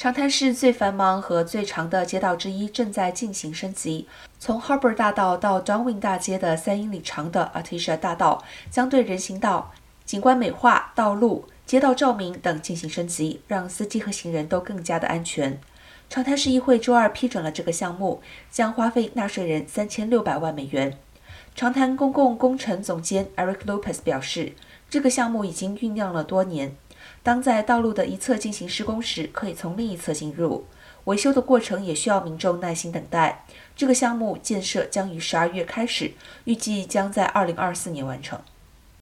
长滩市最繁忙和最长的街道之一正在进行升级，从 Harbour 大道到 Darwin 大街的3英里长的 Artesia 大道将对人行道、景观美化、道路、街道照明等进行升级，让司机和行人都更加的安全。长滩市议会周二批准了这个项目，将花费纳税人3600万美元。长滩公共工程总监 Eric Lopez 表示，这个项目已经酝酿了多年。当在道路的一侧进行施工时，可以从另一侧进入。维修的过程也需要民众耐心等待。这个项目建设将于12月开始，预计将在2024年完成。